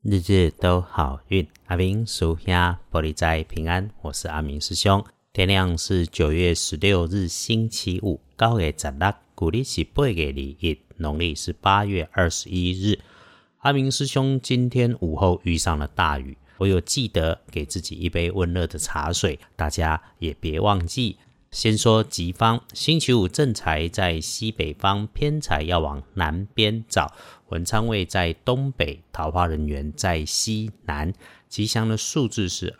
日日都好运，阿明属下玻璃斋平安，我是阿明师兄。天亮是9月16日星期五，9月16，古历是8月21，农历是8月21日。阿明师兄今天午后遇上了大雨，我有记得给自己一杯温热的茶水，大家也别忘记。先说吉方，星期五正财在西北方，偏财要往南边找，文昌位在东北，桃花人缘在西南，吉祥的数字是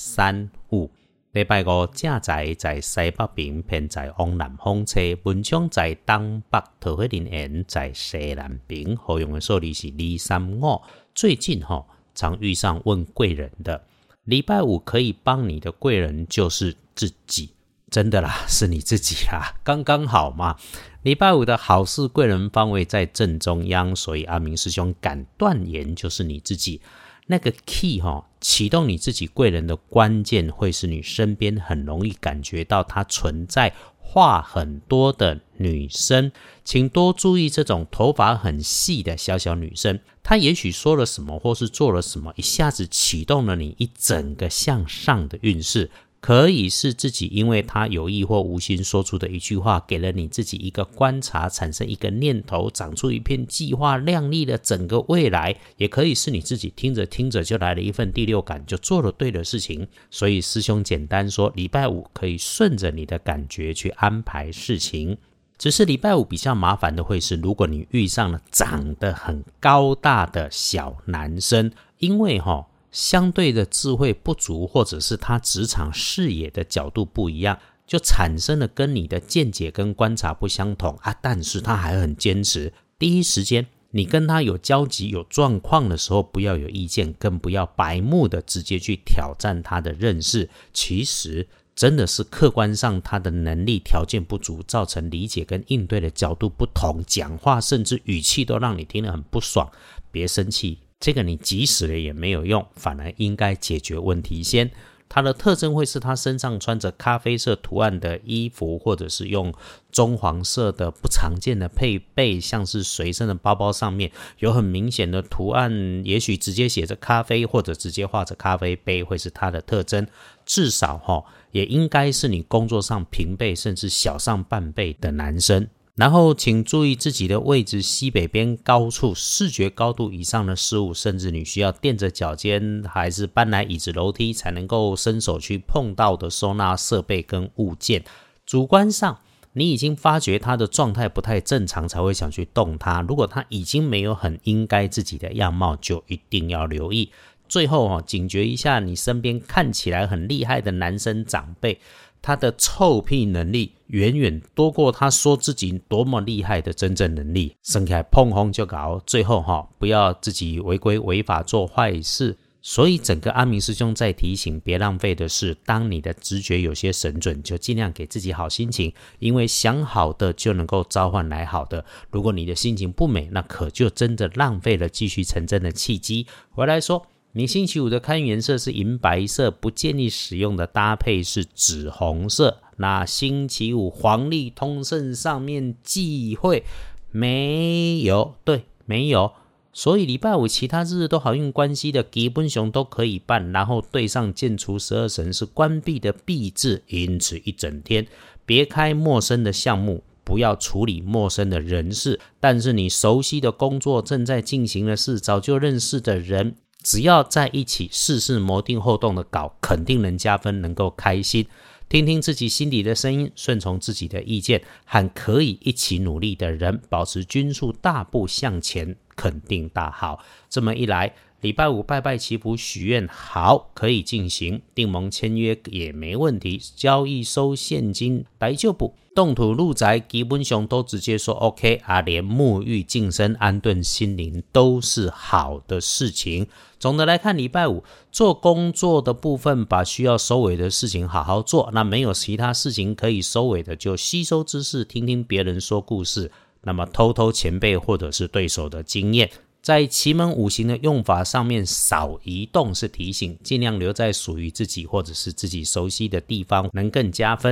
2、3、5。礼拜五正财在西北边，偏财往南方车，文昌在东北，桃花人缘在西南边，好用的数字是2、3、5。最近常遇上问贵人的，礼拜五可以帮你的贵人就是自己。真的啦，是你自己啦，刚刚好嘛。礼拜五的好事贵人方位在正中央，所以阿明师兄敢断言就是你自己。那个 key 启动你自己贵人的关键会是你身边很容易感觉到它存在话很多的女生，请多注意这种头发很细的小小女生，她也许说了什么或是做了什么，一下子启动了你一整个向上的运势。可以是自己因为他有意或无心说出的一句话，给了你自己一个观察，产生一个念头，长出一片计划，亮丽了整个未来。也可以是你自己听着听着就来了一份第六感，就做了对的事情。所以师兄简单说，礼拜五可以顺着你的感觉去安排事情。只是礼拜五比较麻烦的会是，如果你遇上了长得很高大的小男生，因为相对的智慧不足，或者是他职场视野的角度不一样，就产生了跟你的见解跟观察不相同啊。但是他还很坚持，第一时间你跟他有交集有状况的时候，不要有意见，更不要白目的直接去挑战他的认识。其实真的是客观上他的能力条件不足，造成理解跟应对的角度不同，讲话甚至语气都让你听得很不爽。别生气，这个你急死了也没有用，反而应该解决问题先。它的特征会是他身上穿着咖啡色图案的衣服，或者是用棕黄色的不常见的配备，像是随身的包包上面有很明显的图案，也许直接写着咖啡或者直接画着咖啡杯，会是它的特征。至少也应该是你工作上平辈甚至小上半辈的男生。然后请注意自己的位置，西北边高处视觉高度以上的事物，甚至你需要垫着脚尖还是搬来椅子楼梯才能够伸手去碰到的收纳设备跟物件，主观上你已经发觉它的状态不太正常才会想去动它，如果它已经没有很应该自己的样貌，就一定要留意。最后警觉一下你身边看起来很厉害的男生长辈，他的臭屁能力远远多过他说自己多么厉害的真正能力，生起来碰轰就搞，最后不要自己违规违法做坏事。所以整个阿明师兄在提醒，别浪费的是，当你的直觉有些神准，就尽量给自己好心情，因为想好的就能够召唤来好的。如果你的心情不美，那可就真的浪费了继续成真的契机。回来说，你星期五的看颜色是银白色，不建议使用的搭配是紫红色。那星期五黄历通胜上面忌讳没有，对，没有。所以礼拜五其他日子都好运关系的基本上都可以办，然后对上建除12神是关闭的闭字，因此一整天别开陌生的项目，不要处理陌生的人事，但是你熟悉的工作正在进行的事，早就认识的人，只要在一起事事谋定后动的搞，肯定能加分，能够开心。听听自己心里的声音，顺从自己的意见，和可以一起努力的人保持均速大步向前，肯定大好。这么一来，礼拜五拜拜祈福许愿好可以进行，订盟签约也没问题，交易收现金来就补，动土入宅基本上都直接说 OK 啊，连沐浴净身安顿心灵都是好的事情。总的来看，礼拜五做工作的部分，把需要收尾的事情好好做，那没有其他事情可以收尾的，就吸收知识，听听别人说故事，那么偷前辈或者是对手的经验。在奇门五行的用法上面，少移动是提醒，尽量留在属于自己或者是自己熟悉的地方，能更加分。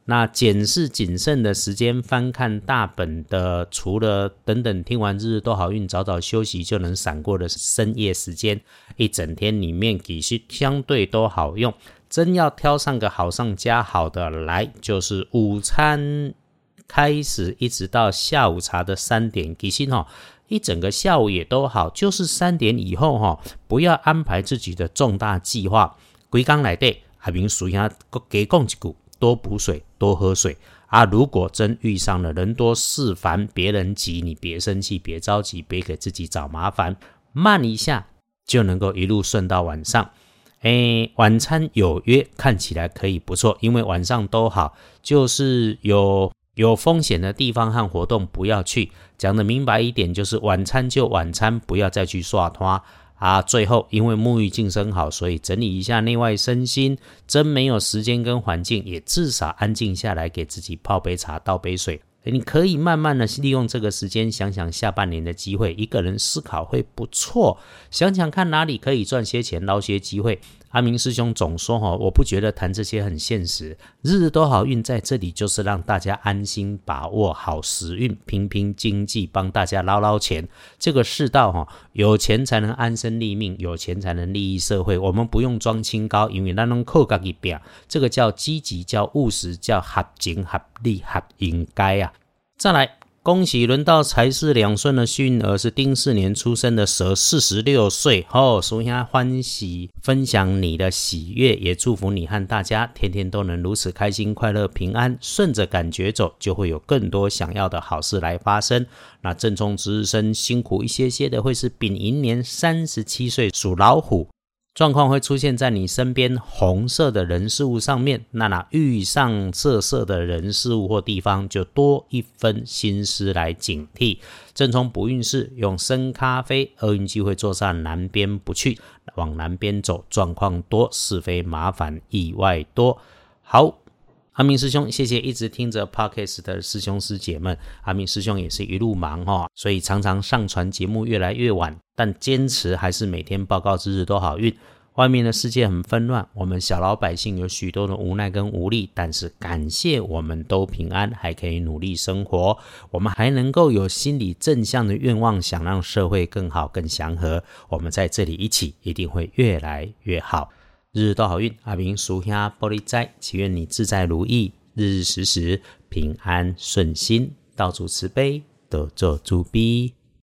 那检视谨慎的时间，翻看大本的，除了等等听完日日都好运早早休息就能闪过的深夜时间，一整天里面其实相对都好用。真要挑上个好上加好的来，就是午餐开始一直到下午茶的3点，其实一整个下午也都好，就是3点以后不要安排自己的重大计划。规天内底阿明属下多加讲一句，多补水，多喝水啊！如果真遇上了人多事烦，别人急，你别生气，别着急，别给自己找麻烦，慢一下就能够一路顺到晚上。晚餐有约，看起来可以不错，因为晚上都好，就是有风险的地方和活动不要去。讲得明白一点，就是晚餐就晚餐，不要再去刷拖啊。最后因为沐浴净身好，所以整理一下内外身心，真没有时间跟环境，也至少安静下来，给自己泡杯茶，倒杯水。你可以慢慢的利用这个时间，想想下半年的机会，一个人思考会不错，想想看哪里可以赚些钱，捞些机会。阿明师兄总说我不觉得谈这些很现实，日日都好运在这里就是让大家安心把握好时运，拼拼经济，帮大家捞捞钱。这个世道有钱才能安身立命，有钱才能利益社会，我们不用装清高，因为咱能靠自己拼，这个叫积极，叫务实，叫合情合理合应该啊。再来，恭喜轮到财势两顺的幸运儿是丁巳年出生的蛇，46岁属下欢喜分享你的喜悦，也祝福你和大家天天都能如此开心快乐平安，顺着感觉走，就会有更多想要的好事来发生。那正冲值日生辛苦一些些的会是丙寅年37岁属老虎，状况会出现在你身边红色的人事物上面，那遇上色的人事物或地方，就多一分心思来警惕。正冲不运势，用生咖啡，厄运机会坐上南边不去，往南边走，状况多，是非麻烦意外多。好，阿明师兄，谢谢一直听着 Podcast 的师兄师姐们。阿明师兄也是一路忙所以常常上传节目越来越晚，但坚持还是每天报告日日都好运。外面的世界很纷乱，我们小老百姓有许多的无奈跟无力，但是感谢我们都平安，还可以努力生活，我们还能够有心理正向的愿望，想让社会更好更祥和，我们在这里一起一定会越来越好。日日都好运，阿明属下玻璃斋，祈愿你自在如意，日日时时平安顺心，道主慈悲，得做诸逼。